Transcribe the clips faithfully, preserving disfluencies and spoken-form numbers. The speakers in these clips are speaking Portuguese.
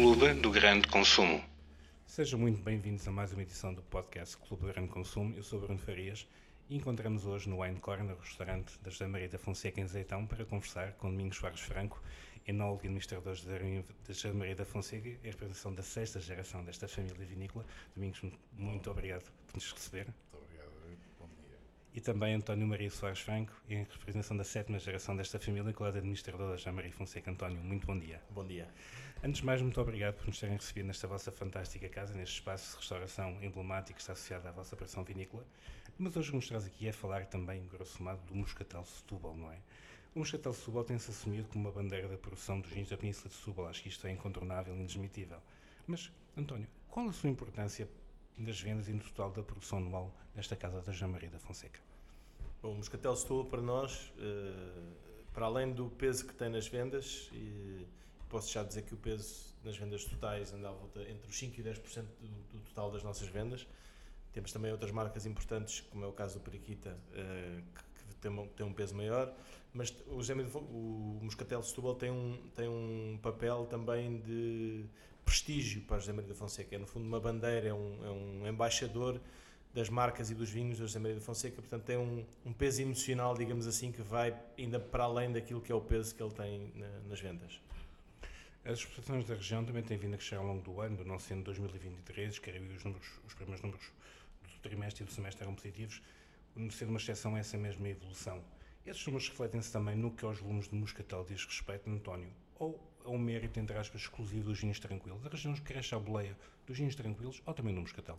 Clube do Grande Consumo. Sejam muito bem-vindos a mais uma edição do podcast Clube do Grande Consumo. Eu sou Bruno Farias e encontramos hoje no Wine Corner, o restaurante da José Maria da Fonseca em Azeitão, para conversar com Domingos Soares Franco, enólogo e administrador da José Maria da Fonseca e a representação da sexta geração desta família vinícola. Domingos, muito obrigado por nos receber. Muito obrigado, bom dia. E também António Maria Soares Franco, em representação da sétima geração desta família, colega administrador da José Maria Fonseca. António, muito bom dia. Bom dia. Antes de mais, muito obrigado por nos terem recebido nesta vossa fantástica casa, neste espaço de restauração emblemático que está associado à vossa operação vinícola. Mas hoje o que nos traz aqui é falar também, grosso modo, do Moscatel Setúbal, não é? O Moscatel Setúbal tem-se assumido como uma bandeira da produção dos vinhos da Península de Setúbal. Acho que isto é incontornável e indesmitível. Mas, António, qual a sua importância nas vendas e no total da produção anual nesta casa da José Maria da Fonseca? Bom, o Moscatel Setúbal para nós, para além do peso que tem nas vendas, e posso já dizer que o peso nas vendas totais anda à volta entre os cinco e dez por cento do, do total das nossas vendas. Temos também outras marcas importantes, como é o caso do Periquita, que, que tem, um, tem um peso maior, mas o, o Moscatel Setúbal tem um, tem um papel também de prestígio para a José Maria da Fonseca. É, no fundo, uma bandeira, é um, é um embaixador das marcas e dos vinhos da José Maria da Fonseca, portanto tem um, um peso emocional, digamos assim, que vai ainda para além daquilo que é o peso que ele tem na, nas vendas. As exportações da região também têm vindo a crescer ao longo do ano, do nosso ano de dois mil e vinte e três, que os, números, os primeiros números do trimestre e do semestre eram positivos, sendo uma exceção a essa mesma evolução. Esses números refletem-se também no que aos volumes de Moscatel diz respeito, António, ou é um mérito, entre aspas, exclusivo dos vinhos tranquilos? A região cresce à boleia dos vinhos tranquilos ou também do Moscatel?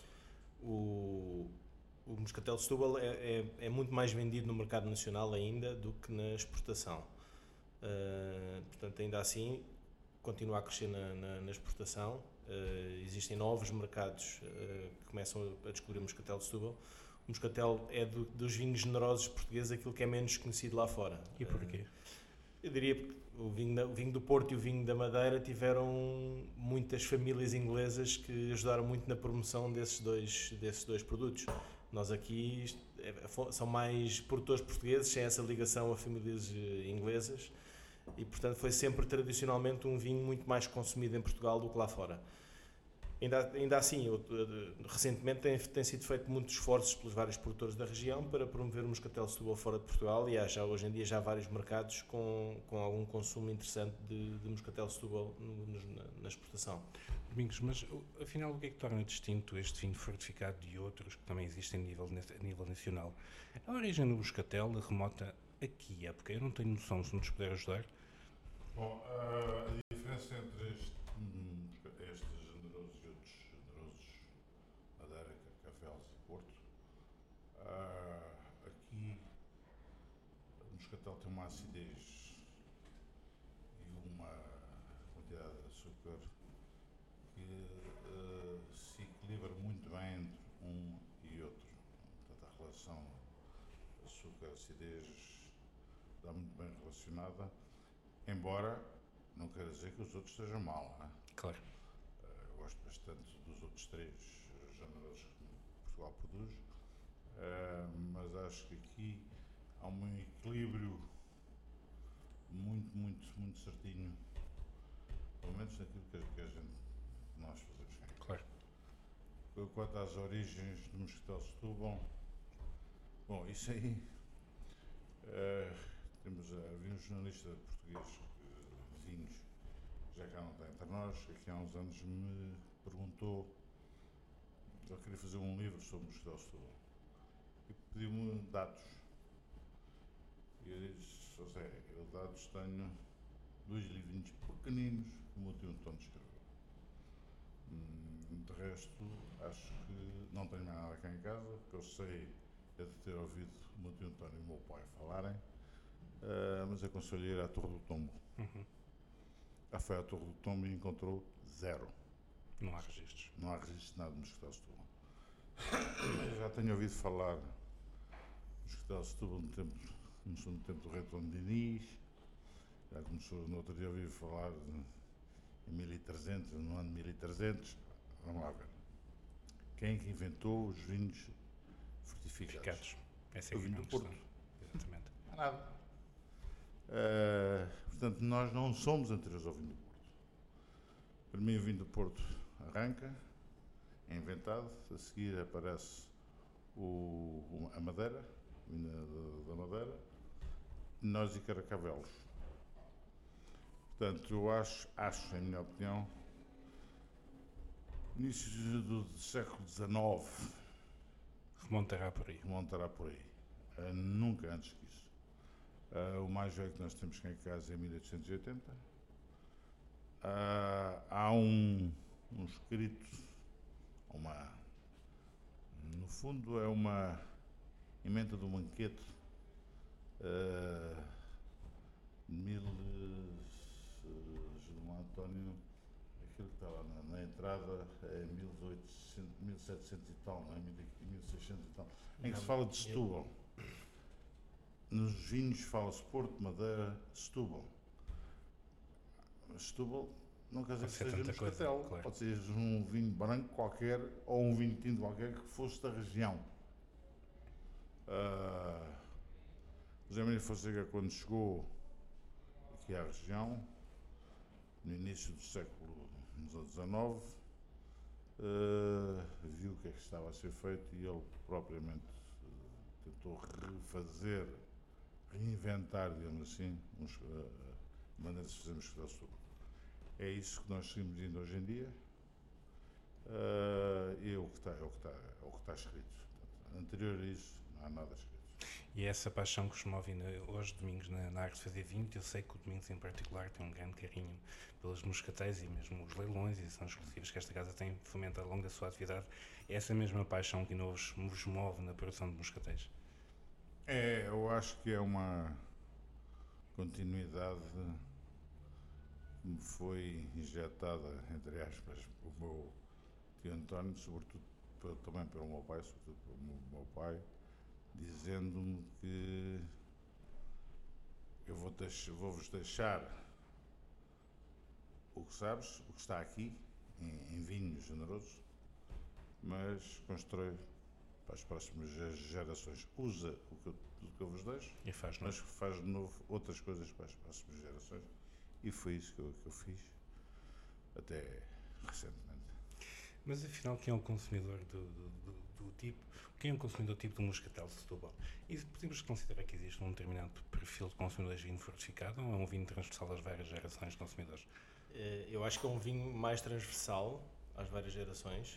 O, o Moscatel Setúbal é, é, é muito mais vendido no mercado nacional ainda do que na exportação. Uh, portanto, ainda assim, continua a crescer na, na, na exportação. Uh, existem novos mercados uh, que começam a descobrir o Moscatel de Setúbal. O Moscatel é do, dos vinhos generosos portugueses aquilo que é menos conhecido lá fora. E porquê? Uh, eu diria que o vinho, da, o vinho do Porto e o vinho da Madeira tiveram muitas famílias inglesas que ajudaram muito na promoção desses dois, desses dois produtos. Nós aqui é, são mais produtores portugueses, sem essa ligação a famílias inglesas. E, portanto, foi sempre tradicionalmente um vinho muito mais consumido em Portugal do que lá fora. Ainda, ainda assim, eu, recentemente tem, tem sido feito muitos esforços pelos vários produtores da região para promover o Moscatel Setúbal fora de Portugal e há já, hoje em dia já há vários mercados com, com algum consumo interessante de, de Moscatel Setúbal no, no, na, na exportação. Domingos, mas afinal o que é que torna distinto este vinho fortificado de outros que também existem a nível, a nível nacional? A origem do Moscatel remota a que época? Eu não tenho noção, se nos puder ajudar. Bom, uh, a diferença entre este, hum, estes generosos e outros generosos, Madeira, Cafés e Porto, uh, aqui o Moscatel tem uma acidez e uma quantidade de açúcar que uh, se equilibra muito bem entre um e outro. Portanto, a relação açúcar-acidez está muito bem relacionada, embora não queira dizer que os outros estejam mal, não é? Claro. Uh, eu gosto bastante dos outros três generosos que Portugal produz, uh, mas acho que aqui há um equilíbrio muito, muito, muito certinho, pelo menos naquilo que, que a gente, nós fazemos. Claro. Quanto às origens do Moscatel Setúbal, bom, isso aí, uh, temos, uh, havia um jornalista português, uh, vinhos, já cá não está entre nós, que há uns anos me perguntou, eu queria fazer um livro sobre o Moscatel Setúbal, e pediu-me dados. E eu disse, José, eu dados tenho dois livrinhos pequeninos que o meu tio António escreveu. Hum, de resto, acho que não tenho mais nada cá em casa, porque eu sei é de ter ouvido o meu tio António e o meu pai falarem, uh, mas aconselho ir à Torre do Tombo. Uhum. Já foi à Torre do Tombo e encontrou zero. Não há registros. Não há registro de nada de Moscatel Setúbal. Já tenho ouvido falar de Moscatel Setúbal no tempo, começou no tempo do Rei Tom Diniz, já começou no outro dia a ouvir falar de, em mil e trezentos, no ano de mil e trezentos. Vamos lá ver. Quem é que inventou os vinhos fortificados? Essa é o vinho do Porto. Exatamente. Não há nada. Uh, portanto, nós não somos anteriores ao vinho do Porto. mim, o vinho do Porto arranca, é inventado, a seguir aparece o, a Madeira, o vinho da, da Madeira, nós e Caracavelos. Portanto, eu acho, acho, em minha opinião, início do século dezenove, Remontará por aí. remontará por aí. Uh, nunca antes que isso. Uh, o mais velho que nós temos cá em casa é mil oitocentos e oitenta. Uh, há um, um escrito, uma, no fundo é uma emenda do banquete uh, de mil, uh, João António, aquilo que está lá na, na entrada é mil e oitocentos, mil e setecentos e tal, não é? mil e seiscentos e tal, em que se fala de Setúbal. Nos vinhos fala-se Porto, Madeira, Setúbal. Mas Setúbal não quer dizer que seja moscatel, claro. Pode ser um vinho branco qualquer ou um vinho tinto qualquer que fosse da região. Uh, José Maria Fonseca, quando chegou aqui à região, no início do século dezenove, uh, viu o que é que estava a ser feito e ele propriamente uh, tentou refazer, reinventar, digamos assim, uns, uh, maneiras de fazermos moscatel de Setúbal. É isso que nós seguimos indo hoje em dia. Uh, e é o que está, é o que está, é o que está escrito. Portanto, anterior a isso, não há nada escrito. E é essa paixão que os move ainda hoje, domingos, na, na arte de fazer vinho. Eu sei que o Domingos, em particular, tem um grande carinho pelas moscatéis e mesmo os leilões e são exclusivos que esta casa tem fomentado ao longo da sua atividade. É essa mesma paixão que ainda hoje vos move na produção de moscatéis? É, eu acho que é uma continuidade que me foi injetada, entre aspas, pelo meu tio António, sobretudo pelo, também pelo meu pai, sobretudo pelo meu, meu pai, dizendo-me que eu vou deix, vou-vos deixar o que sabes, o que está aqui, em, em vinho generoso, mas constrói para as próximas gerações. Usa o que eu, o que eu vos deixo, e faz mas faz de novo outras coisas para as próximas gerações. E foi isso que eu, que eu fiz, até recentemente. Mas afinal, quem é o consumidor do, do, do, do tipo, quem é o consumidor tipo do moscatel de Setúbal? E podemos considerar que existe um determinado perfil de consumidores de vinho fortificado ou é um vinho transversal às várias gerações de consumidores? Eu acho que é um vinho mais transversal às várias gerações.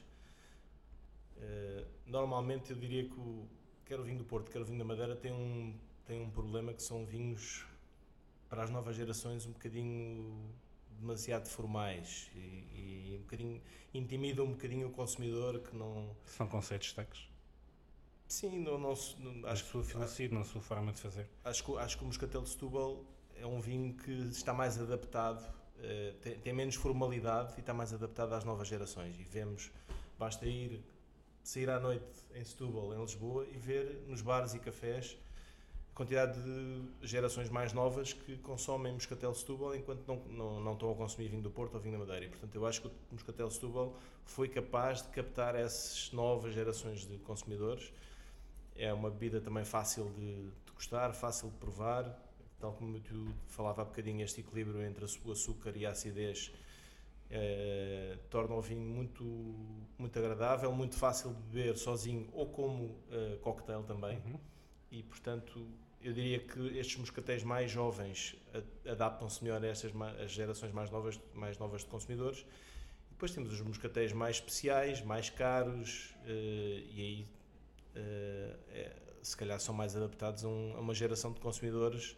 Normalmente eu diria que o, quer o vinho do Porto, quer o vinho da Madeira tem um, tem um problema que são vinhos para as novas gerações um bocadinho demasiado formais e, e um bocadinho intimidam um bocadinho o consumidor que não... São conceitos destaques? Sim, não, não, não acho, na sua filosofia, na sua forma de fazer. Acho que, acho que o Moscatel de Setúbal é um vinho que está mais adaptado, uh, tem, tem menos formalidade e está mais adaptado às novas gerações. E vemos, basta ir, sair à noite em Setúbal, em Lisboa, e ver nos bares e cafés quantidade de gerações mais novas que consomem Moscatel de Setúbal enquanto não, não, não estão a consumir vinho do Porto ou vinho da Madeira. E, portanto, eu acho que o Moscatel de Setúbal foi capaz de captar essas novas gerações de consumidores. É uma bebida também fácil de, de gostar, fácil de provar, tal como tu falava há bocadinho, este equilíbrio entre o açúcar e a acidez eh, torna o vinho muito, muito agradável, muito fácil de beber sozinho ou como eh, cocktail também. Uhum. E, portanto, eu diria que estes moscatéis mais jovens adaptam-se melhor a estas as gerações mais novas, mais novas de consumidores. E depois temos os moscatéis mais especiais, mais caros, uh, e aí uh, é, se calhar são mais adaptados a, um, a uma geração de consumidores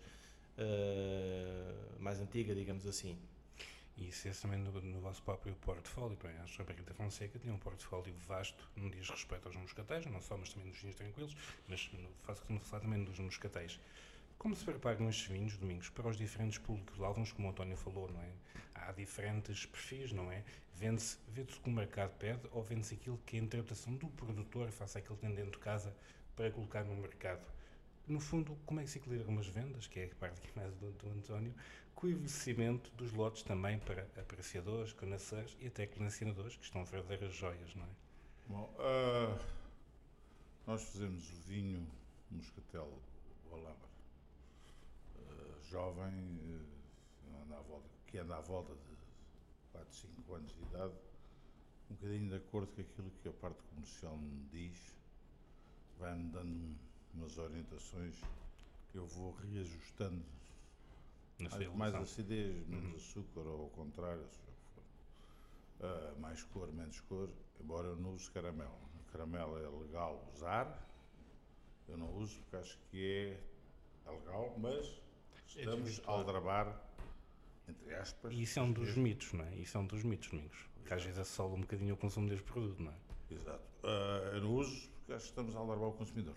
uh, mais antiga, digamos assim. E isso é também no, no vosso próprio portfólio. Bem, a João Henrique da Fonseca tinha um portfólio vasto no diz respeito aos moscatéis, não só, mas também dos vinhos tranquilos, mas faço que me falar também dos moscatéis. Como se preparam estes vinhos, Domingos, para os diferentes públicos-alvos, como o António falou, não é? Há diferentes perfis, não é? Vende-se, vende-se o que o mercado pede ou vende-se aquilo que é a interpretação do produtor face àquilo que tem dentro de casa para colocar no mercado. No fundo, como é que se equilibram as vendas, que é a parte aqui mais do, do António, com o envelhecimento dos lotes também para apreciadores, conhecedores e até colecionadores, que estão verdadeiras joias, não é? Bom, uh, nós fazemos o vinho Moscatel o Alhambra, uh, jovem, uh, anda à volta, que anda à volta de quatro, cinco anos de idade, um bocadinho de acordo com aquilo que a parte comercial me diz, vai-me dando umas orientações que eu vou reajustando. Na sua Mais, mais evolução. acidez, menos Uhum. açúcar, ou ao contrário, seja o que for. Ah, mais cor, menos cor, embora eu não use caramelo. O caramelo é legal usar, eu não uso porque acho que é legal, mas É estamos a desvirtuar. aldrabar, entre aspas. E isso é um dos mesmo- mitos, não é? Isso é um dos mitos, Domingos. Que às vezes assola um bocadinho o consumo deste produto, não é? Exato. Ah, eu não uso porque acho que estamos a aldrabar o consumidor.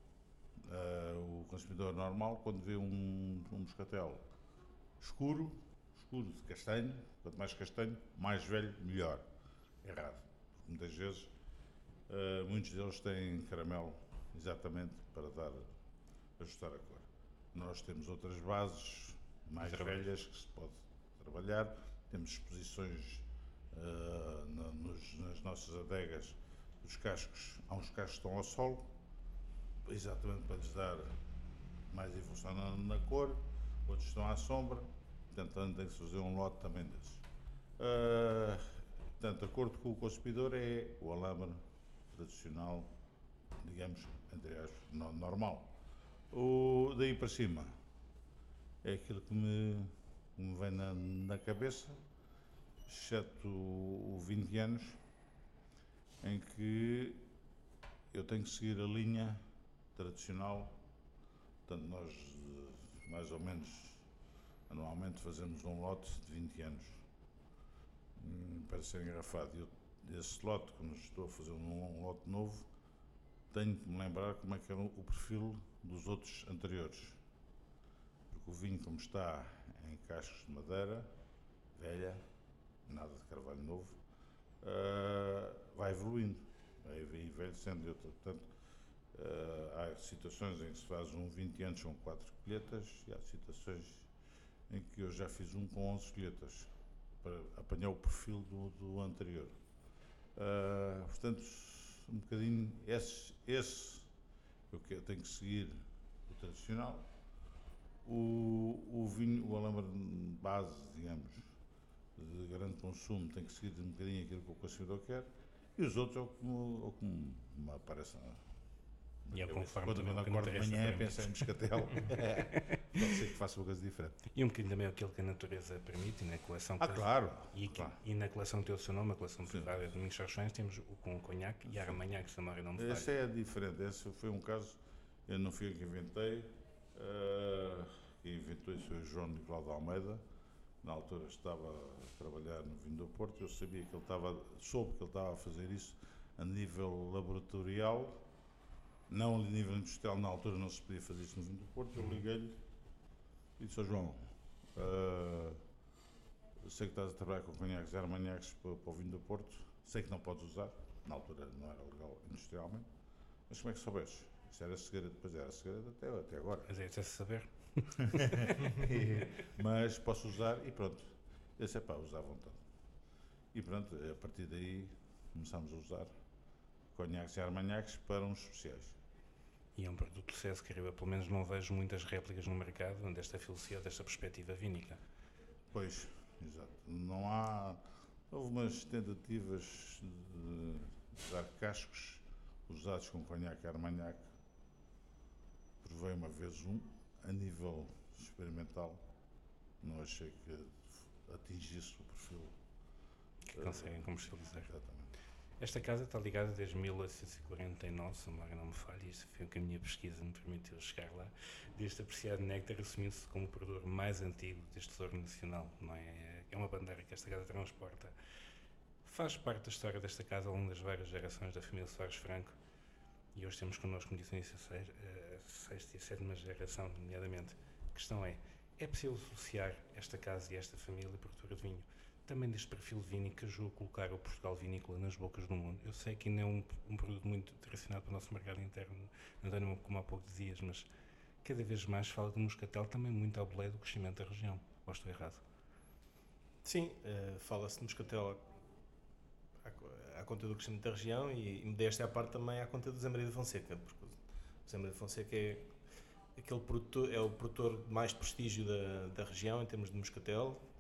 Ah, o consumidor normal, quando vê um, um moscatel escuro, escuro de castanho, quanto mais castanho, mais velho, melhor. Errado. Porque muitas vezes, ah, muitos deles têm caramelo exatamente para dar, ajustar a cor. Nós temos outras bases mais Trabalho. velhas que se pode trabalhar. Temos exposições ah, na- nos- nas nossas adegas dos cascos. Há uns cascos que estão ao sol, exatamente para lhes dar mais evolução na, na cor, outros estão à sombra, portanto tem que se fazer um lote também desses. Ah, portanto, de acordo com o consumidor, é o alambre tradicional, digamos, entre aspas, no- normal. O, daí para cima é aquilo que me, que me vem na, na cabeça, exceto o, o vinte anos, em que eu tenho que seguir a linha tradicional. Portanto, nós eh, mais ou menos anualmente fazemos um lote de vinte anos hum, para ser engarrafado. E eu, desse lote, quando estou a fazer um, um lote novo, tenho que me lembrar como é que era o perfil dos outros anteriores. Porque o vinho, como está em cascos de madeira velha, nada de carvalho novo, ah, vai evoluindo, vai envelhecendo. Eu, portanto, Uh, há situações em que se faz um vinte anos com quatro colheitas e há situações em que eu já fiz um com onze colheitas para apanhar o perfil do, do anterior. Uh, portanto, um bocadinho esse, esse eu que- tenho que seguir o tradicional. O, o vinho, o alambre base, digamos, de grande consumo, tem que seguir um bocadinho aquilo que o consumidor quer, e os outros é o que me, é o que me me aparece na E é cabeça. conforme Quando também eu o que acordo de interessa manhã para penso em moscatel, pode ser que faça uma coisa diferente. E um bocadinho também aquilo que a natureza permite, na coleção Ah, que- claro. E, aqui- claro. e na coleção que tem o seu nome, a coleção Sim. privada de Domingos Charchões, temos o com o conhaque e a armanhaque, se a memória não me Esse falha. é diferente. Esse foi um caso, eu não fui eu que inventei. Uh, quem inventou isso foi o João Nicolau de Almeida. Na altura estava a trabalhar no vinho do Porto. Eu sabia que ele estava, soube que ele estava a fazer isso a nível laboratorial. Não a nível industrial, na altura não se podia fazer isso no vinho do Porto. Eu liguei-lhe e disse ao João: uh, eu sei que estás a trabalhar com conhaques e armanhaques para, para o vinho do Porto, sei que não podes usar, na altura não era legal industrialmente, mas como é que soubeste? Isso era segredo, depois era segredo até, até agora. Mas é de saber. Mas posso usar e pronto. Eu disse: é pá, usar à vontade. E pronto, a partir daí começámos a usar conhaques e armanhaques para uns especiais. E é um produto de sucesso que eu, pelo menos, não vejo muitas réplicas no mercado desta filosofia, desta perspectiva vínica. Pois, exato. Não há. Houve umas tentativas de usar cascos usados com conhaque e armanhaque. Provei uma vez um, a nível experimental, não achei que atingisse o perfil. Que conseguem comercializar. Exatamente. Esta casa está ligada desde mil oitocentos e quarenta e nove, se a memória não me falha, isto foi o que a minha pesquisa me permitiu chegar lá. Deste apreciado néctar assumiu-se como o produtor mais antigo deste tesouro nacional, não é? É uma bandeira que esta casa transporta. Faz parte da história desta casa ao longo das várias gerações da família Soares Franco, e hoje temos connosco, como disse, a sexta e a sétima geração, nomeadamente. A questão é, é possível associar esta casa e esta família produtora de vinho também deste perfil vínico que ajudou a colocar o Portugal vinícola nas bocas do mundo? Eu sei que ainda é um, um produto muito direcionado para o nosso mercado interno, António, como há pouco dizias, mas cada vez mais fala do moscatel também muito ao boleia do crescimento da região. Ou estou errado? Sim, uh, fala-se de moscatel à, à, à conta do crescimento da região e, e modéstia à parte também à conta do Zé Maria de Fonseca, porque o Zé Maria de Fonseca é aquele produtor, é o produtor de mais prestígio da, da região em termos de moscatel.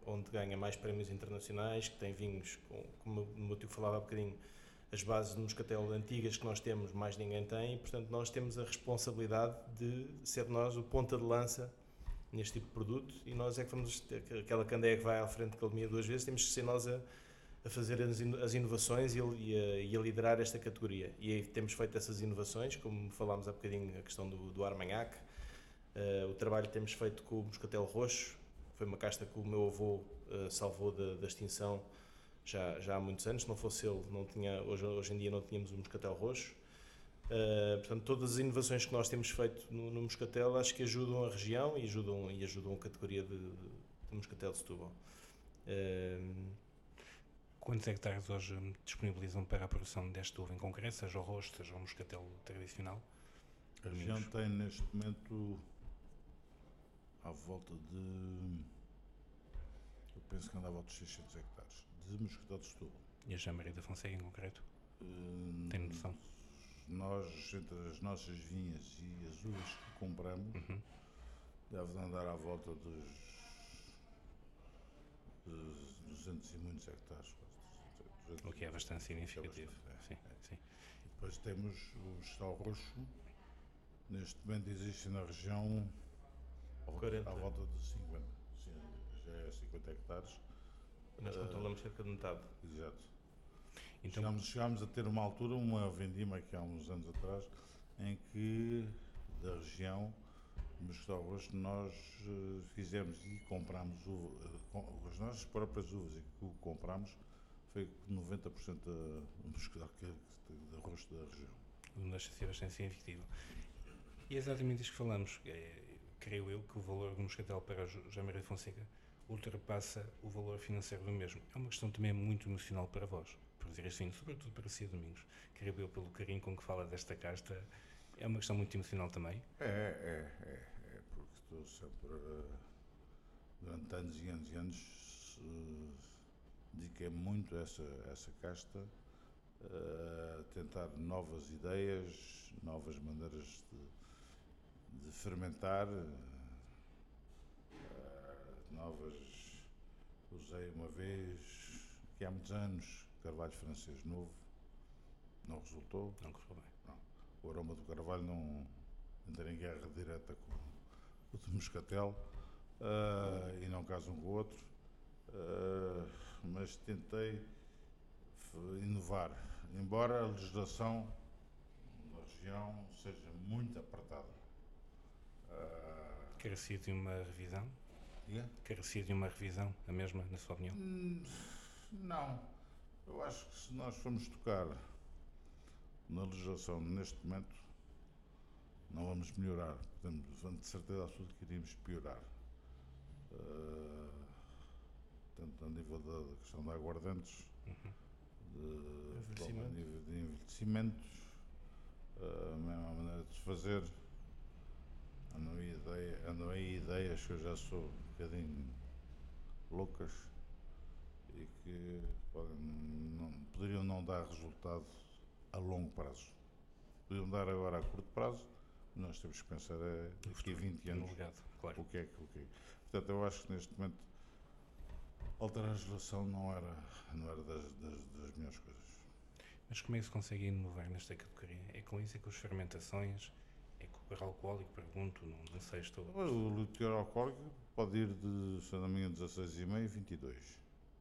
onde ganha mais prémios internacionais, que tem vinhos, com, como o meu tio falava há bocadinho, as bases de moscatel antigas que nós temos, mais ninguém tem, e portanto nós temos a responsabilidade de ser nós o ponta de lança neste tipo de produto, e nós é que vamos, aquela candeia que vai à frente da academia duas vezes, temos que ser nós a, a fazer as, ino, as inovações e a, e, a, e a liderar esta categoria. E aí temos feito essas inovações, como falámos há bocadinho, a questão do, do Armagnac, uh, o trabalho que temos feito com o moscatel roxo, foi uma casta que o meu avô uh, salvou da, da extinção já, já há muitos anos, se não fosse ele, não tinha, hoje, hoje em dia não tínhamos o moscatel roxo. Uh, portanto, todas as inovações que nós temos feito no, no moscatel acho que ajudam a região e ajudam, e ajudam a categoria de, de, de moscatel de Setúbal. Uh, Quantos hectares hoje disponibilizam para a produção desta uva em concreto, seja o roxo, seja o moscatel tradicional? A região tem neste momento à volta de, eu penso que anda à volta de seiscentos hectares de moscatel de Setúbal. E a Jamaria da Fonseca em concreto? Uh, Tem noção? Nós, entre as nossas vinhas e as uvas que compramos, Uhum. deve andar à volta dos, dos duzentos e muitos hectares. O que é bastante significativo. É bastante, Sim, é. sim. E depois temos o Gestal Roxo, neste momento existe na região à volta, quarenta. à volta de cinquenta, sim, já é cinquenta hectares. Nós Uh, controlamos cerca de metade. Exato. Então, Chegámos, chegámos a ter uma altura, uma vendima aqui há uns anos atrás, em que da região, no Moscatel Roxo, nós uh, fizemos e comprámos uva, uh, com, as nossas próprias uvas e que o comprámos foi noventa por cento do moscatel de roxo da região. não deixa de ser bastante significativo. E é exatamente isto que falamos. É, creio eu que o valor do moscatel para a Jamaria da Fonseca ultrapassa o valor financeiro do mesmo. É uma questão também muito emocional para vós, produzir este vinho, sobretudo para si, Domingos. Creio eu, pelo carinho com que fala desta casta, é uma questão muito emocional também. É, é, é, é porque estou sempre, uh, durante anos e anos e anos, uh, dediquei muito a essa, essa casta, uh, a tentar novas ideias, novas maneiras de, de fermentar, uh, novas. Usei uma vez, que há muitos anos, carvalho francês novo, não resultou. Não correu bem. Não. O aroma do carvalho não entra em guerra direta com o do moscatel, uh, e não casa um com o outro, uh, mas tentei inovar, embora a legislação da região seja muito apertada. Uh, Carecia de uma revisão? yeah? Carecia de uma revisão, a mesma, na sua opinião? Hum, não. Eu acho que se nós formos tocar na legislação neste momento, não vamos melhorar. Podemos, vamos de certeza absoluta que iríamos piorar. Uh, tanto a nível da, da questão de aguardentes, Uhum. de, bom, a nível de envelhecimentos, uh, a mesma maneira de se fazer. Andam aí, ideia, andam aí ideias que eu já sou um bocadinho loucas e que podem, não, poderiam não dar resultado a longo prazo. Poderiam dar agora a curto prazo, mas nós temos que pensar é, daqui a vinte anos Legado, claro. o que é que o que é. Portanto, eu acho que neste momento alterar a legislação não era, não era das, das, das melhores coisas. Mas como é que se consegue inovar nesta categoria? É com isso, é com as fermentações, é com o barral alcoólico, pergunto, não, não sei, estou... O teor alcoólico pode ir de, se não me engano, dezasseis vírgula cinco a vinte e dois.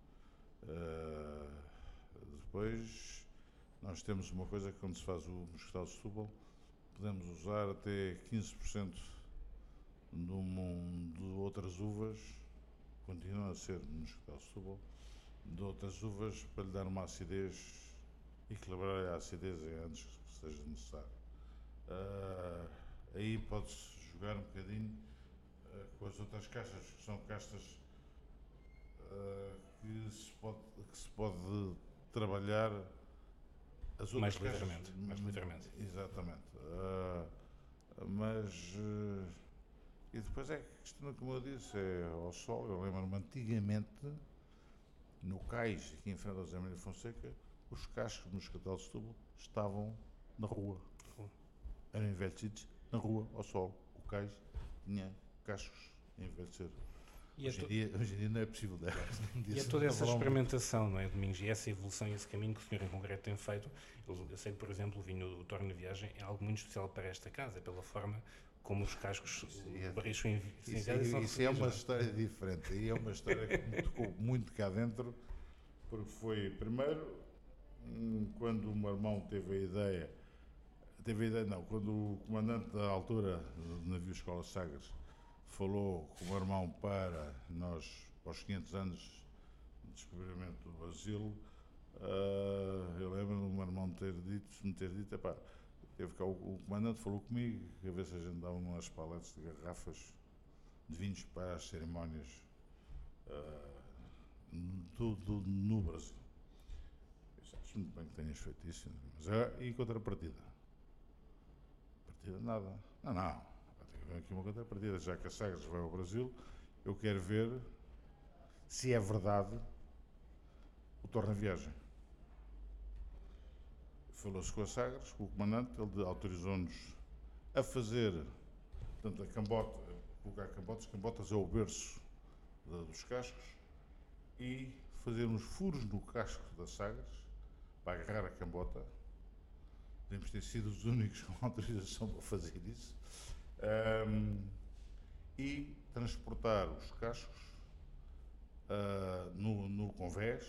Uh, depois, nós temos uma coisa que quando se faz o moscatel de Setúbal, podemos usar até quinze por cento de, um, de outras uvas, continua a ser moscatel de Setúbal, de outras uvas para lhe dar uma acidez, equilibrar a acidez antes que seja necessário. Uh, aí pode-se jogar um bocadinho uh, com as outras castas, que são castas uh, que, se pode, que se pode trabalhar as outras Mais castas, ligeiramente, mais ligeiramente. Exatamente. Uh, mas uh, e depois é que questão, como eu disse, é ao sol. Eu lembro-me antigamente no cais aqui em frente ao Jamaria da Fonseca, os cascos de moscatel de Setúbal estavam na rua. Eram envelhecidos na rua, ao sol. O cais tinha cascos a envelhecer. E é, Hoje em to- dia, hoje em dia não é possível dar. e é toda essa experimentação, não é, Domingos? E essa evolução e esse caminho que o senhor em concreto tem feito. Eu, eu sei que, por exemplo, o vinho do Torna Viagem é algo muito especial para esta casa, pela forma como os cascos, é- o barris são envi- Isso, enviados e são isso é uma recebidos, história diferente. E é uma história que me tocou muito cá dentro, porque foi, primeiro, hum, quando o meu irmão teve a ideia, teve a ideia, não, quando o comandante da altura do navio Escola Sagres falou com o meu irmão para nós, para os quinhentos anos de descobrimento do Brasil, ah, eu lembro do meu irmão ter dito, me ter dito, epá, teve cá, o, o comandante falou comigo, a ver se a gente dava umas paletes de garrafas de vinhos para as cerimónias ah, do, do, no Brasil. Eu disse, acho muito bem que tenhas feito isso, mas é, e contrapartida? Partida nada. Não, não. Tem que haver aqui uma contrapartida. Já que a Sagres vai ao Brasil, eu quero ver se é verdade o Torna Viagem. Falou-se com a Sagres, com o comandante, ele autorizou-nos a fazer, portanto, a cambota, a colocar cambotas, cambotas é o berço da, dos cascos, e fazer uns furos no casco da Sagres para agarrar a cambota. Podemos ter sido os únicos com autorização para fazer isso. Um, e transportar os cascos uh, no, no convés,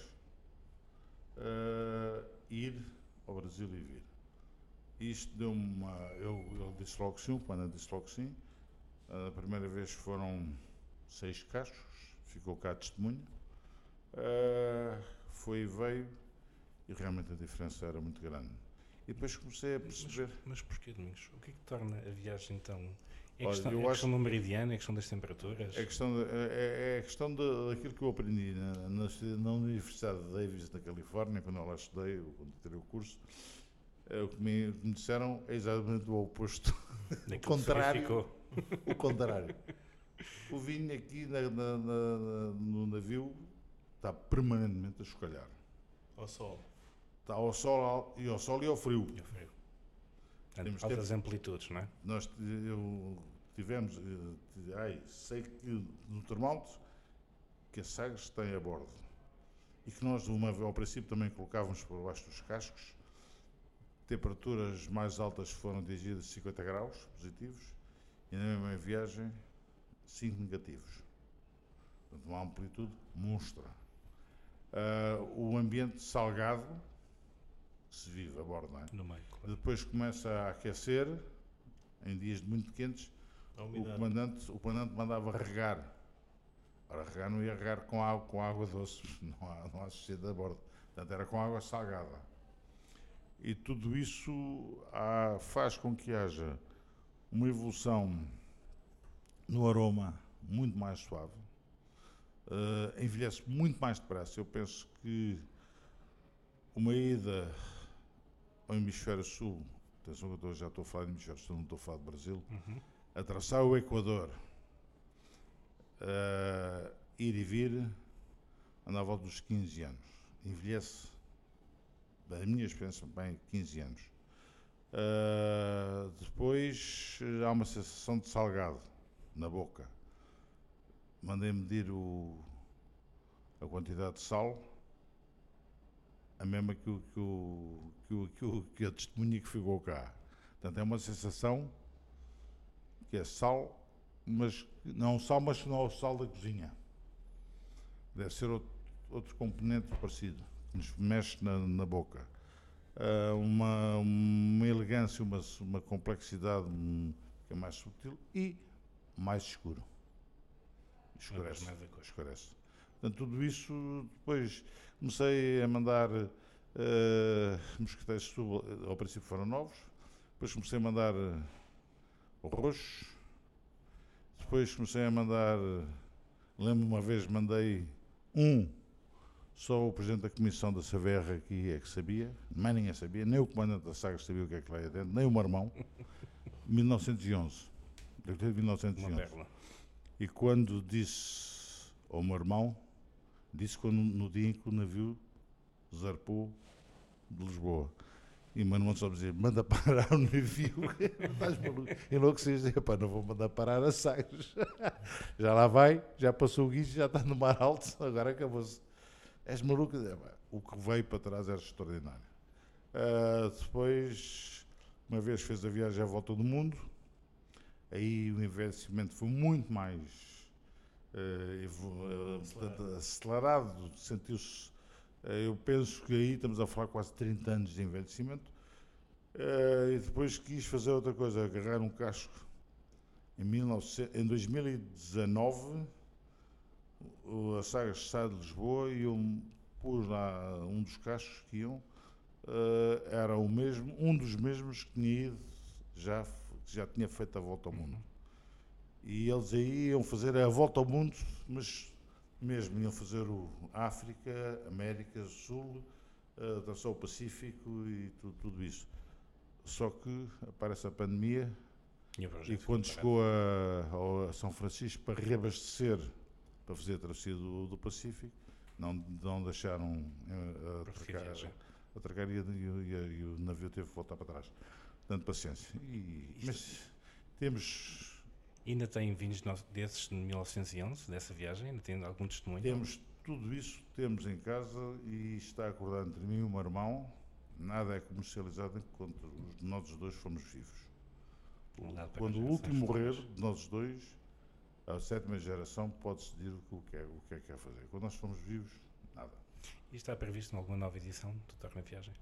uh, ir ao Brasil e vir. Isto deu uma. Eu, eu disse logo sim, o comandante disse logo sim. A primeira vez foram seis cascos, ficou cá a testemunho. Uh, foi e veio, e realmente a diferença era muito grande. E depois comecei a perceber. Mas, mas porquê, Domingos? O que é que torna a viagem tão. É Olha, questão, eu é acho questão do que- meridiano, é questão das temperaturas? É questão, de, é, é questão de, daquilo que eu aprendi na, na, na Universidade de Davis, na Califórnia, quando eu lá estudei, quando tirei o curso. É, o que me, me disseram é exatamente o oposto. Daquilo que contrário. verificou. O contrário. O vinho aqui na, na, na, no navio está permanentemente a escolhar. Ao sol. Está ao sol ao- e ao sol e ao frio. É frio. Portanto, Temos altas tempo. amplitudes, não é? Nós eu, tivemos, eh, ai, sei que no termómetro que a Sagres tem a bordo e que nós uma, ao princípio também colocávamos por baixo dos cascos, temperaturas mais altas foram atingidas cinquenta graus positivos e na mesma viagem cinco negativos. Portanto, uma amplitude monstra. Ah, o ambiente salgado que se vive a bordo, não é? No meio, claro. Depois começa a aquecer, em dias muito quentes, A o umidade. comandante, o comandante mandava regar. Ora, regar não ia regar com água, com água doce, não há, não há sociedade a bordo. Portanto, era com água salgada. E tudo isso há- faz com que haja uma evolução no aroma muito mais suave. Eh, envelhece muito mais depressa. Eu penso que uma ida ao hemisfério sul, atenção que eu estou- já estou a falar de hemisfério sul, não estou a falar de Brasil, Uhum. atravessar o Equador, eh, ir e vir, anda à volta dos quinze anos. Envelhece, da minha experiência, bem, quinze anos. Eh, depois há uma sensação de salgado na boca. Mandei medir o, a quantidade de sal, a mesma que, o, que, o, que, o, que, o, que a testemunha que ficou cá. Portanto, é uma sensação que é sal, mas não sal, mas não é o sal da cozinha. Deve ser outro, outro componente parecido, que nos mexe na, na boca. Ah, uma, uma elegância, uma, uma complexidade hum, que é mais sutil e mais escuro. Escurece. Mais a cor. Escurece. Portanto, tudo isso, depois comecei a mandar uh, mosqueteiros de Setúbal, ao princípio foram novos, depois comecei a mandar uh, roxos, depois comecei a mandar, uh, lembro uma vez mandei um, só o Presidente da Comissão da Saverra aqui é que sabia, mais ninguém sabia, nem o Comandante da Sagres sabia o que é que lá ia dentro, nem o meu irmão, mil novecentos e onze, eu tive mil novecentos e onze. Uma pérola. E quando disse ao meu irmão, disse quando, no dia em que o navio zarpou de Lisboa, E o Manuel só me dizia, manda parar o navio. Estás maluco? Enlouqueces, epá, não vou mandar parar a Sagres. Já lá vai, já passou o guicho, já está no mar alto, agora acabou-se. És maluco? Epá, o que veio para trás era extraordinário. Uh, depois, uma vez fez a viagem à volta do mundo, aí o investimento foi muito mais uh, acelerado, acelerado sentiu-se. Eu penso que aí estamos a falar quase trinta anos de investimento. Uh, e depois quis fazer outra coisa, agarrar um casco. Em, mil e novecentos, em dois mil e dezanove, a Sagres sai de Lisboa e eu pus lá um dos cascos que iam. Uh, era o mesmo, um dos mesmos que tinha ido, já, já tinha feito a volta ao mundo. E eles aí iam fazer a volta ao mundo, mas mesmo iam fazer o África, América, Sul, uh, só o Pacífico e tudo, tudo isso. Só que aparece a pandemia e, e quando chegou a, a São Francisco para reabastecer, para fazer a travessia do, do Pacífico, não, não deixaram uh, atracar, atracar e, e, e, e o navio teve que voltar para trás. Portanto, paciência. E, mas temos... Ainda tem vinhos desses de mil novecentos e onze, dessa viagem? Ainda tem algum testemunho? Temos tudo isso, temos em casa e está acordado entre mim e o meu irmão. Nada é comercializado enquanto nós os dois fomos vivos. Quando o último morrer de nós dois, a sétima geração pode decidir o que é, o que é que quer fazer. Quando nós fomos vivos, nada. E está previsto em alguma nova edição do Torna Viagem?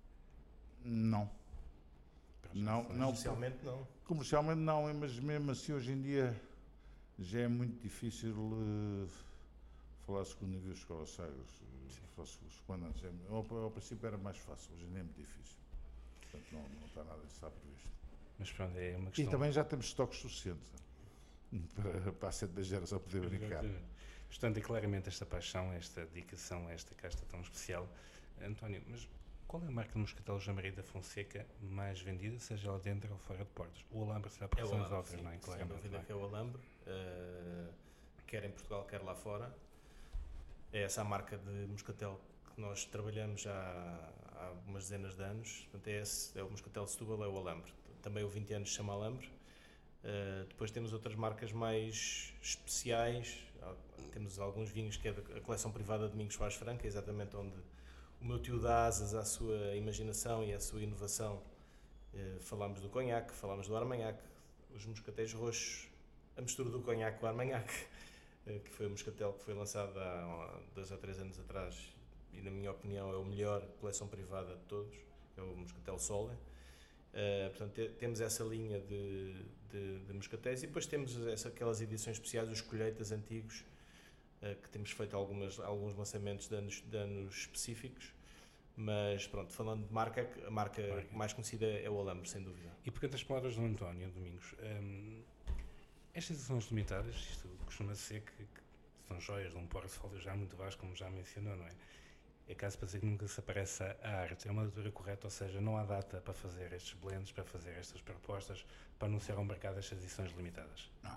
Não. Não, não, comercialmente não. Comercialmente não, mas mesmo assim hoje em dia já é muito difícil uh, falar-se com o nível de escola Sagres, falar-se com os comandantes. Ao, ao princípio era mais fácil, hoje em dia é muito difícil. Portanto, não, não está nada disso previsto. Mas pronto, é uma questão... E também já temos estoques suficientes para, para a sétima geração poder brincar. Portanto, é claramente esta paixão, esta dedicação, esta casta tão especial. António, mas qual é a marca de moscatel Jamaré da Fonseca mais vendida, seja ela dentro ou fora de portos? O Alambre será por razões é óbvias, não é? Sem dúvida que é o Alambre, uh, quer em Portugal, quer lá fora. É essa a marca de moscatel que nós trabalhamos já há umas dezenas de anos. Portanto, é, esse, é o moscatel de Setúbal, é o Alambre. Também o vinte anos se chama Alambre. Uh, depois temos outras marcas mais especiais. Temos alguns vinhos que é a coleção privada de Domingos Soares Franca, exatamente onde o meu tio dá asas à sua imaginação e à sua inovação. Uh, falámos do conhaque, falámos do armagnac, os moscatéis roxos, a mistura do conhaque com o armagnac, uh, que foi o moscatel que foi lançado há dois ou três anos atrás e, na minha opinião, é o melhor coleção privada de todos, é o moscatel Sole. Uh, portanto, te, temos essa linha de, de, de moscatéis e depois temos essa, aquelas edições especiais, os colheitas antigos, uh, que temos feito algumas, alguns lançamentos de anos, de anos específicos, mas pronto, falando de marca, a marca Marca. mais conhecida é o Alambre, sem dúvida. E portanto, as palavras do António Domingos, um, estas edições limitadas, isto costuma ser que, que são joias de um portfólio já muito vasto, como já mencionou, não é? É caso para dizer que nunca se apareça a arte. É uma leitura correta, ou seja, não há data para fazer estes blends, para fazer estas propostas, para anunciar ao mercado estas edições limitadas? Não.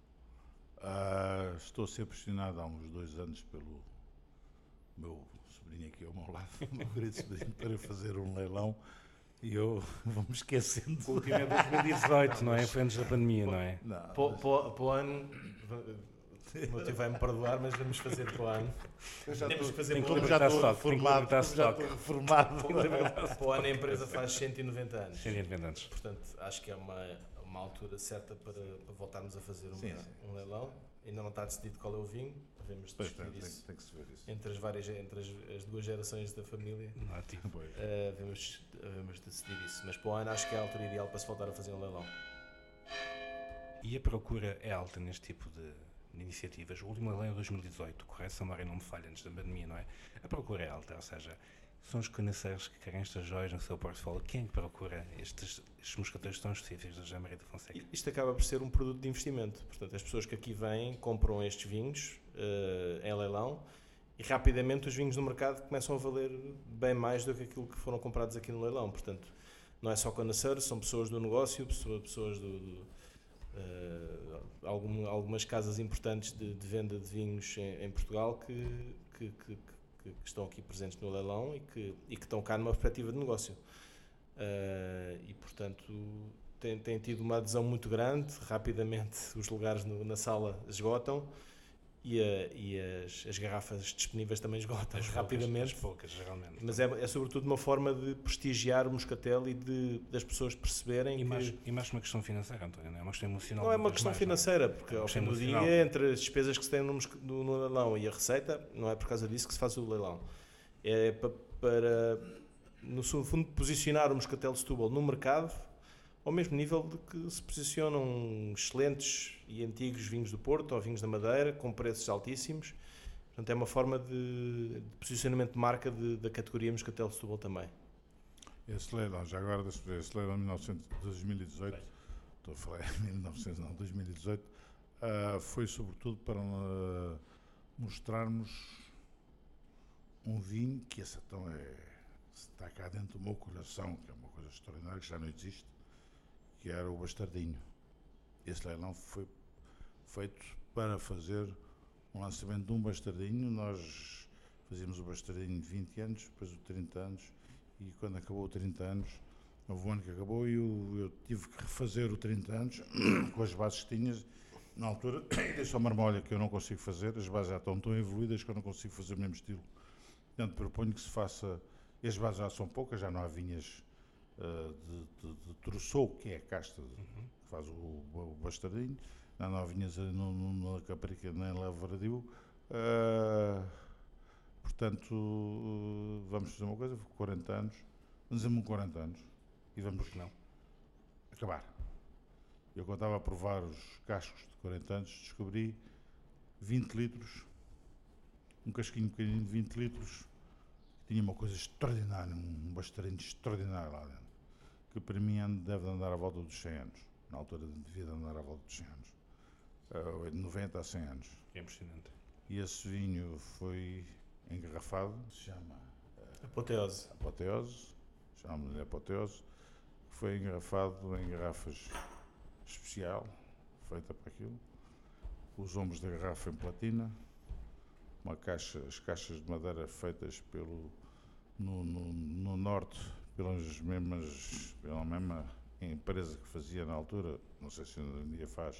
Uh, estou a ser pressionado há uns dois anos pelo meu sobrinho aqui ao meu lado, o meu querido sobrinho, para fazer um leilão e eu vou-me esquecendo. O último é dois mil e dezoito, não é? Foi antes da pandemia, não é? Não, para, mas... para, para o ano... O meu tio vai-me perdoar, mas vamos fazer para o ano. Eu já Temos estou, que fazer como para o ano. já estou reformado, como já estou reformado. Para o ano a empresa faz cento e noventa anos. cento e noventa anos. Portanto, acho que é uma, uma altura certa para, para voltarmos a fazer uma, sim, sim. um leilão. Ainda não está decidido qual é o vinho. Devemos decidir tem, isso, tem que se ver isso. Entre, as, várias, entre as, as duas gerações da família. Não, tipo. uh, vamos, vamos decidir isso. Mas para o ano acho que é a altura ideal para se voltar a fazer um leilão. E a procura é alta neste tipo de... de iniciativas. O último leilão é dois mil e dezoito, correto? Se a memória não me falha, antes da pandemia, não é? A procura é alta, ou seja, são os conhecedores que querem estas joias no seu portfólio. Quem é que procura estes, estes moscateiros tão específicos da Jamaré da Fonseca? Isto acaba por ser um produto de investimento. Portanto, as pessoas que aqui vêm compram estes vinhos uh, em leilão e rapidamente os vinhos no mercado começam a valer bem mais do que aquilo que foram comprados aqui no leilão. Portanto, não é só conhecedores, são pessoas do negócio, pessoas do... do Uh, algum, algumas casas importantes de, de venda de vinhos em, em Portugal que, que, que, que estão aqui presentes no leilão e que, e que estão cá numa perspectiva de negócio. uh, e portanto tem, tem tido uma adesão muito grande. Rapidamente os lugares no, na sala esgotam e, a, e as, as garrafas disponíveis também esgotam As rapidamente. poucas, as poucas, geralmente. Mas é, é sobretudo uma forma de prestigiar o moscatel e de, das pessoas perceberem E que... mais, e mais uma questão financeira, António, não é uma questão emocional. Não é uma muitas questão mais, financeira, não é? porque É uma ao fim questão do emocional. dia, entre as despesas que se têm no, mosca- no, no leilão e a receita, não é por causa disso que se faz o leilão. É pa, para, no fundo, posicionar o moscatel de Setúbal no mercado ao mesmo nível de que se posicionam excelentes e antigos vinhos do Porto ou vinhos da Madeira, com preços altíssimos. Portanto, é uma forma de, de posicionamento de marca de, da categoria moscatel de Setúbal também. Esse leilão, já agora, esse leilão de dois mil e dezoito, estou a falar em mil e novecentos, não, dois mil e dezoito, uh, foi sobretudo para uh, mostrarmos um vinho que esse então é, está cá dentro do meu coração, que é uma coisa extraordinária, que já não existe, que era o Bastardinho. Esse leilão foi feito para fazer um lançamento de um Bastardinho. Nós fazíamos o Bastardinho de vinte anos, depois o trinta anos, e quando acabou o trinta anos, houve um ano que acabou e eu, eu tive que refazer o trinta anos com as bases que tinhas. Na altura, disse ao Marmolha que eu não consigo fazer, as bases já estão tão evoluídas que eu não consigo fazer o mesmo estilo. Portanto, proponho que se faça. As bases já são poucas, já não há vinhas uh, de, de, de Trousseau, que é a casta de, Uhum. que faz o, o Bastardinho. Não, não há vinhas no, no, na Caparica nem em Lavradio. Uh, portanto, uh, vamos fazer uma coisa, quarenta anos, vamos dizer-me quarenta anos e vamos Não. acabar. Eu, quando estava a provar os cascos de quarenta anos, descobri vinte litros, um casquinho pequenino de vinte litros, que tinha uma coisa extraordinária, um Bastardinho extraordinário lá dentro, que para mim deve andar à volta dos cem anos. Na altura devia andar à volta dos cem anos. Uh, de noventa a cem anos. É impressionante. E esse vinho foi engarrafado, se chama uh, Apoteose. Apoteose, chamamos-lhe Apoteose, que foi engarrafado em garrafas especial, feita para aquilo, os ombros da garrafa em platina, uma caixa, as caixas de madeira feitas pelo, no, no, no norte pelas mesmas, pela mesma empresa que fazia na altura, não sei se ainda um dia faz,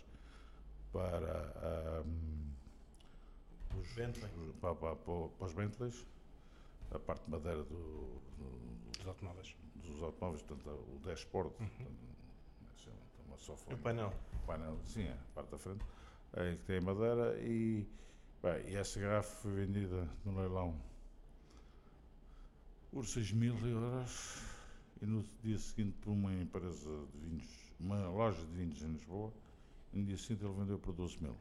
para, um, os, Bentley. os, para, para, para os Bentleys, a parte de madeira do, do, Dos automóveis. dos automóveis, portanto, o dashboard, Uhum. portanto, uma software. O painel. painel, sim, a parte da frente, aí que tem madeira e, bem, e essa garrafa foi vendida no leilão por seis mil euros e no dia seguinte por uma empresa de vinhos, uma loja de vinhos em Lisboa, e no dia seguinte ele vendeu por doze mil.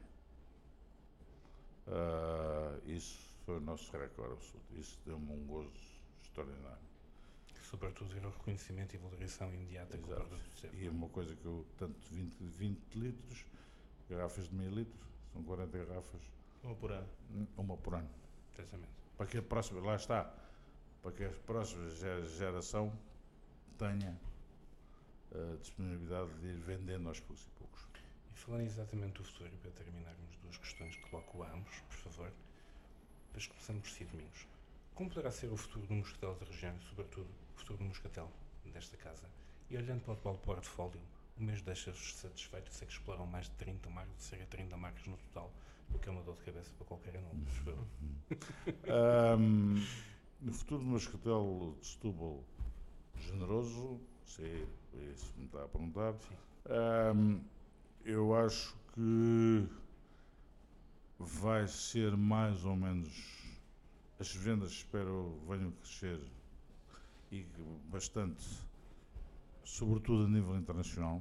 Uh, isso foi o nosso recorde absoluto, isso deu-me um gozo extraordinário. Sobretudo era o reconhecimento e valorização imediata que o Exato. produto teve. E é uma coisa que eu, tanto vinte, vinte litros, garrafas de meio litro, são quarenta garrafas, Uma por ano. uma por ano. Precisamente. Para que a próxima, lá está, para que a próxima geração tenha a disponibilidade de ir vendendo aos poucos e poucos. E falando exatamente do futuro, para terminarmos duas questões que coloco a ambos, por favor, depois começamos por si, Domingos. Como poderá ser o futuro do moscatel da região e, sobretudo, o futuro do moscatel desta casa? E olhando para o atual portfólio, o mês deixa-vos satisfeito? Sei que exploram mais de trinta marcas, cerca de trinta marcas no total, o que é uma dor de cabeça para qualquer um. um, no futuro do moscatel de Setúbal, generoso, se é isso que me está a perguntar, um, eu acho que vai ser mais ou menos. As vendas, espero, venham a crescer e bastante, sobretudo a nível internacional.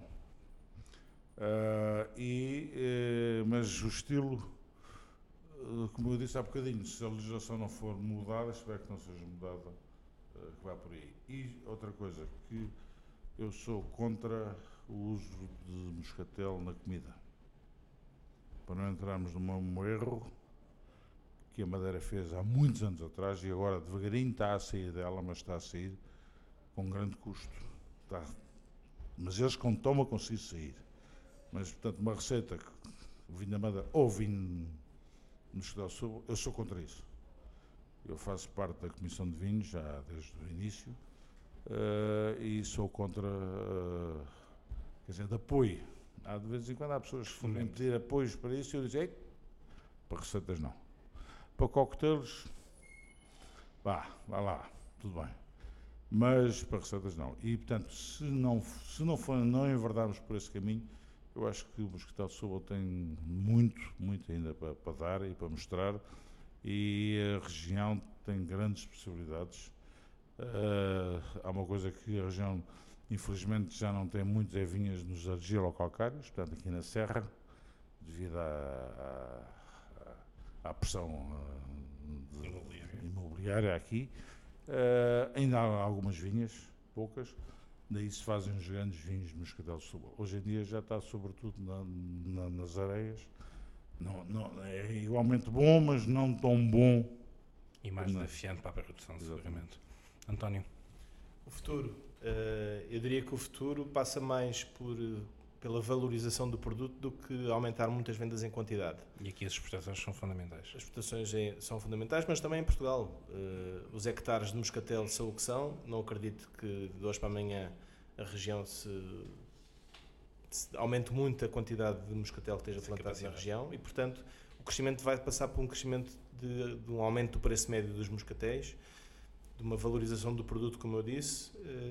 Uh, e, uh, mas o estilo, uh, como eu disse há bocadinho, se a legislação não for mudada, espero que não seja mudada, uh, que vá por aí. E outra coisa, que eu sou contra o uso de moscatel na comida. Para não entrarmos num mesmo erro que a Madeira fez há muitos anos atrás e agora devagarinho está a sair dela, mas está a sair com grande custo. Está. Mas eles, quando tomam, conseguem sair. Mas, portanto, uma receita, vinho da Madeira ou vinho no Moscatel Setúbal, eu sou contra isso. Eu faço parte da Comissão de Vinhos já desde o início uh, e sou contra, uh, quer dizer, de apoio. Há de vez em quando há pessoas que vêm pedir apoios para isso e eu digo, ei, para receitas não. Para coquetéis, vá, vá lá, tudo bem. Mas para receitas não. E, portanto, se não, se não, for, não enverdarmos por esse caminho, eu acho que o Moscatel de Setúbal tem muito, muito ainda para, para dar e para mostrar, e a região tem grandes possibilidades. Uh, há uma coisa que a região, infelizmente, já não tem muitas é vinhas nos argilocalcários, portanto, aqui na Serra, devido à, à, à pressão uh, de, imobiliária. imobiliária aqui. Uh, ainda há algumas vinhas, poucas, daí se fazem os grandes vinhos de Moscatel de Setúbal. Hoje em dia já está sobretudo na, na, nas areias, não, não, é igualmente bom, mas não tão bom. E mais desafiante para a produção, seguramente. António? O futuro, uh, eu diria que o futuro passa mais por, pela valorização do produto do que aumentar muitas vendas em quantidade. E aqui as exportações são fundamentais. As exportações é, são fundamentais, mas também em Portugal. Uh, os hectares de moscatel são o que são. Não acredito que de hoje para amanhã a região se, se aumente muito a quantidade de moscatel que esteja plantado na região e, portanto, o crescimento vai passar por um crescimento de, de um aumento do preço médio dos moscatéis, de uma valorização do produto, como eu disse,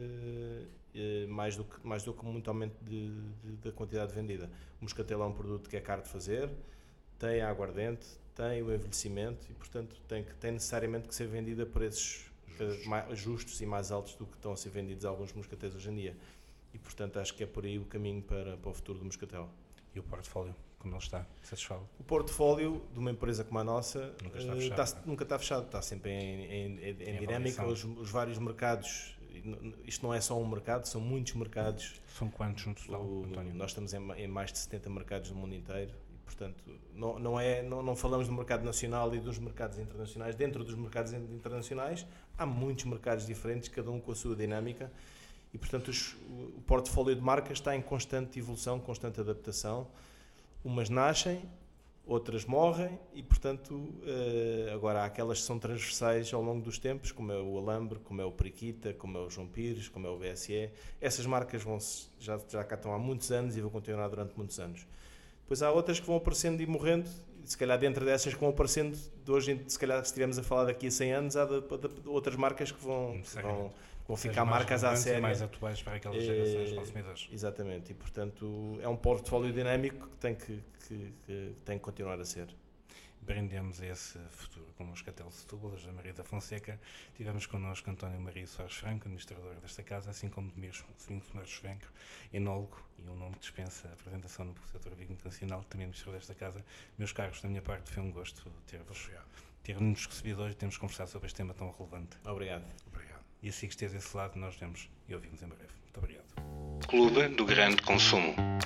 uh, uh, mais, do que, mais do que muito aumento de, de, da quantidade vendida. O moscatel é um produto que é caro de fazer, tem a aguardente, tem o envelhecimento e, portanto, tem, que, tem necessariamente que ser vendida a preços justos. Mais justos e mais altos do que estão a ser vendidos alguns moscatéis hoje em dia. E, portanto, acho que é por aí o caminho para, para o futuro do moscatel. E o portfólio, como ele está? Satisfaz? O portfólio de uma empresa como a nossa nunca está fechado, está, é? nunca está fechado, está sempre em, em, em, em dinâmica. Os, os vários mercados, isto não é só um mercado, são muitos mercados. São quantos no total, o, António? Nós estamos em, em mais de setenta mercados no mundo inteiro. Portanto, não, não, é, não, não falamos do mercado nacional e dos mercados internacionais. Dentro dos mercados internacionais há muitos mercados diferentes, cada um com a sua dinâmica e, portanto, os, o portfólio de marcas está em constante evolução, constante adaptação. Umas nascem, outras morrem e, portanto, agora há aquelas que são transversais ao longo dos tempos, como é o Alambre, como é o Periquita, como é o João Pires, como é o B S E. Essas marcas vão já, já cá estão há muitos anos e vão continuar durante muitos anos. Depois há outras que vão aparecendo e morrendo, e se calhar dentro dessas que vão aparecendo, de hoje, se calhar se estivermos a falar daqui a cem anos, há de, de, de outras marcas que vão, vão, vão ficar marcas à série. Mais atuais para aquelas gerações e, consumidoras. Exatamente, e portanto é um portfólio dinâmico que tem que, que, que, tem que continuar a ser. Brindemos a esse futuro com o Moscatel de Setúbal, da José Maria da Fonseca. Tivemos connosco António Maria Soares Franco, administrador desta casa, assim como Domingos Soares Franco, enólogo, e um nome que dispensa a apresentação no setor internacional, também administrador desta casa. Meus caros, da minha parte, foi um gosto ter-vos ter-nos recebido hoje e termos conversado sobre este tema tão relevante. Obrigado. Obrigado. E assim que esteja desse lado, nós vemos e ouvimos em breve. Muito obrigado. Clube do Grande Consumo.